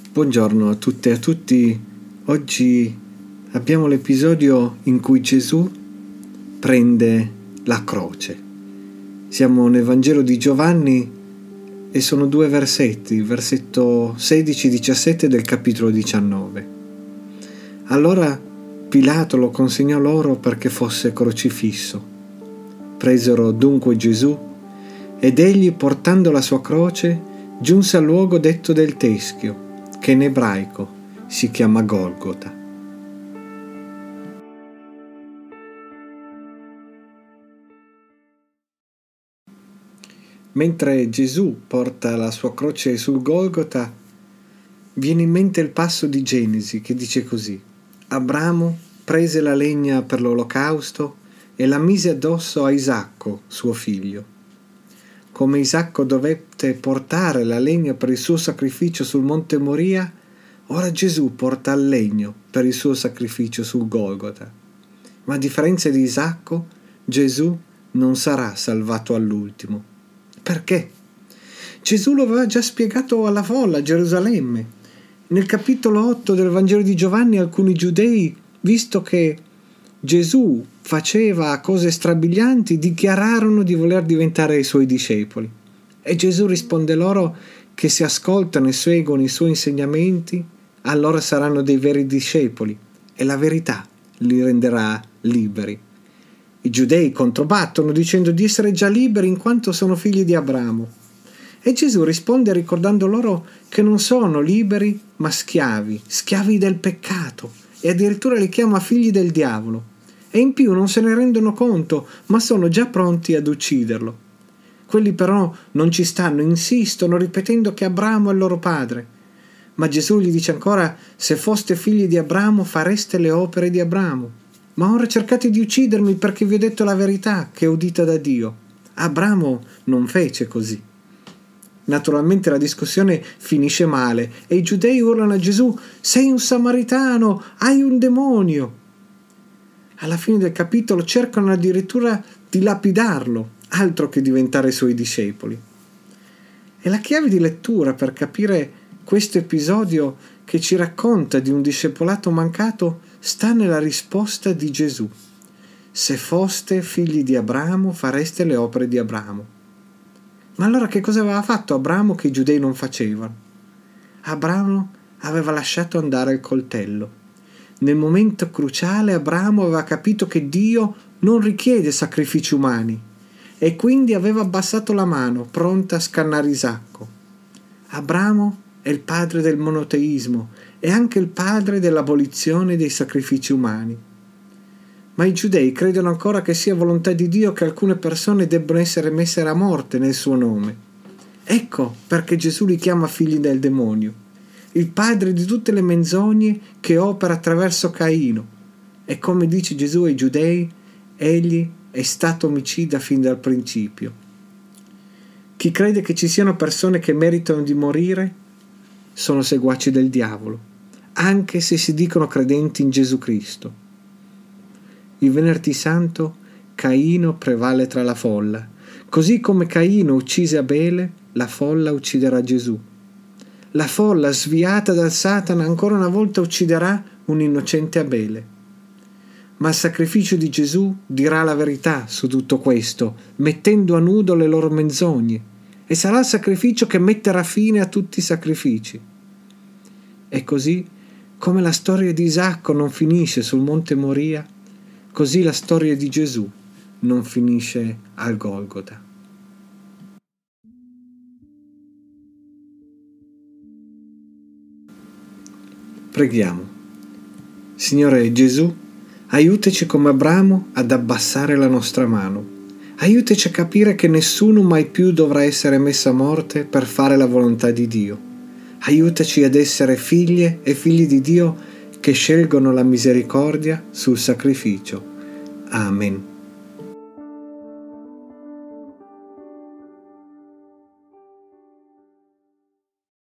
Buongiorno a tutte e a tutti. Oggi abbiamo l'episodio in cui Gesù prende la croce. Siamo nel Vangelo di Giovanni e sono 2 versetti, il versetto 16-17 del capitolo 19. Allora Pilato lo consegnò loro perché fosse crocifisso. Presero dunque Gesù ed egli, portando la sua croce, giunse al luogo detto del Teschio, che in ebraico si chiama Golgota. Mentre Gesù porta la sua croce sul Golgota, viene in mente il passo di Genesi che dice così: Abramo prese la legna per l'olocausto e la mise addosso a Isacco, suo figlio. Come Isacco dovette portare la legna per il suo sacrificio sul monte Moria, ora Gesù porta il legno per il suo sacrificio sul Golgota. Ma a differenza di Isacco, Gesù non sarà salvato all'ultimo. Perché? Gesù lo aveva già spiegato alla folla a Gerusalemme. Nel capitolo 8 del Vangelo di Giovanni, alcuni giudei, visto che Gesù faceva cose strabilianti, dichiararono di voler diventare i suoi discepoli. E Gesù risponde loro che se ascoltano e seguono i suoi insegnamenti, allora saranno dei veri discepoli e la verità li renderà liberi. I giudei controbattono dicendo di essere già liberi in quanto sono figli di Abramo. E Gesù risponde ricordando loro che non sono liberi ma schiavi del peccato, e addirittura li chiama figli del diavolo. E in più non se ne rendono conto, ma sono già pronti ad ucciderlo. Quelli però non ci stanno, insistono ripetendo che Abramo è il loro padre. Ma Gesù gli dice ancora: se foste figli di Abramo fareste le opere di Abramo. Ma ora cercate di uccidermi perché vi ho detto la verità che è udita da Dio. Abramo non fece così. Naturalmente la discussione finisce male e i giudei urlano a Gesù: sei un samaritano, hai un demonio. Alla fine del capitolo cercano addirittura di lapidarlo, altro che diventare suoi discepoli. E la chiave di lettura per capire questo episodio che ci racconta di un discepolato mancato sta nella risposta di Gesù: se foste figli di Abramo fareste le opere di Abramo. Ma allora che cosa aveva fatto Abramo che i giudei non facevano? Abramo aveva lasciato andare il coltello. Nel momento cruciale Abramo aveva capito che Dio non richiede sacrifici umani e quindi aveva abbassato la mano, pronta a scannare Isacco. Abramo è il padre del monoteismo e anche il padre dell'abolizione dei sacrifici umani. Ma i giudei credono ancora che sia volontà di Dio che alcune persone debbano essere messe a morte nel suo nome. Ecco perché Gesù li chiama figli del demonio, il padre di tutte le menzogne che opera attraverso Caino. E come dice Gesù ai giudei, egli è stato omicida fin dal principio. Chi crede che ci siano persone che meritano di morire sono seguaci del diavolo, anche se si dicono credenti in Gesù Cristo. Il venerdì santo Caino prevale tra la folla. Così come Caino uccise Abele, la folla ucciderà Gesù. La folla, sviata dal Satana, ancora una volta ucciderà un innocente Abele. Ma il sacrificio di Gesù dirà la verità su tutto questo, mettendo a nudo le loro menzogne, e sarà il sacrificio che metterà fine a tutti i sacrifici. E così, come la storia di Isacco non finisce sul monte Moria, così la storia di Gesù non finisce al Golgota. Preghiamo. Signore Gesù, aiutaci come Abramo ad abbassare la nostra mano. Aiutaci a capire che nessuno mai più dovrà essere messo a morte per fare la volontà di Dio. Aiutaci ad essere figlie e figli di Dio che scelgono la misericordia sul sacrificio. Amen.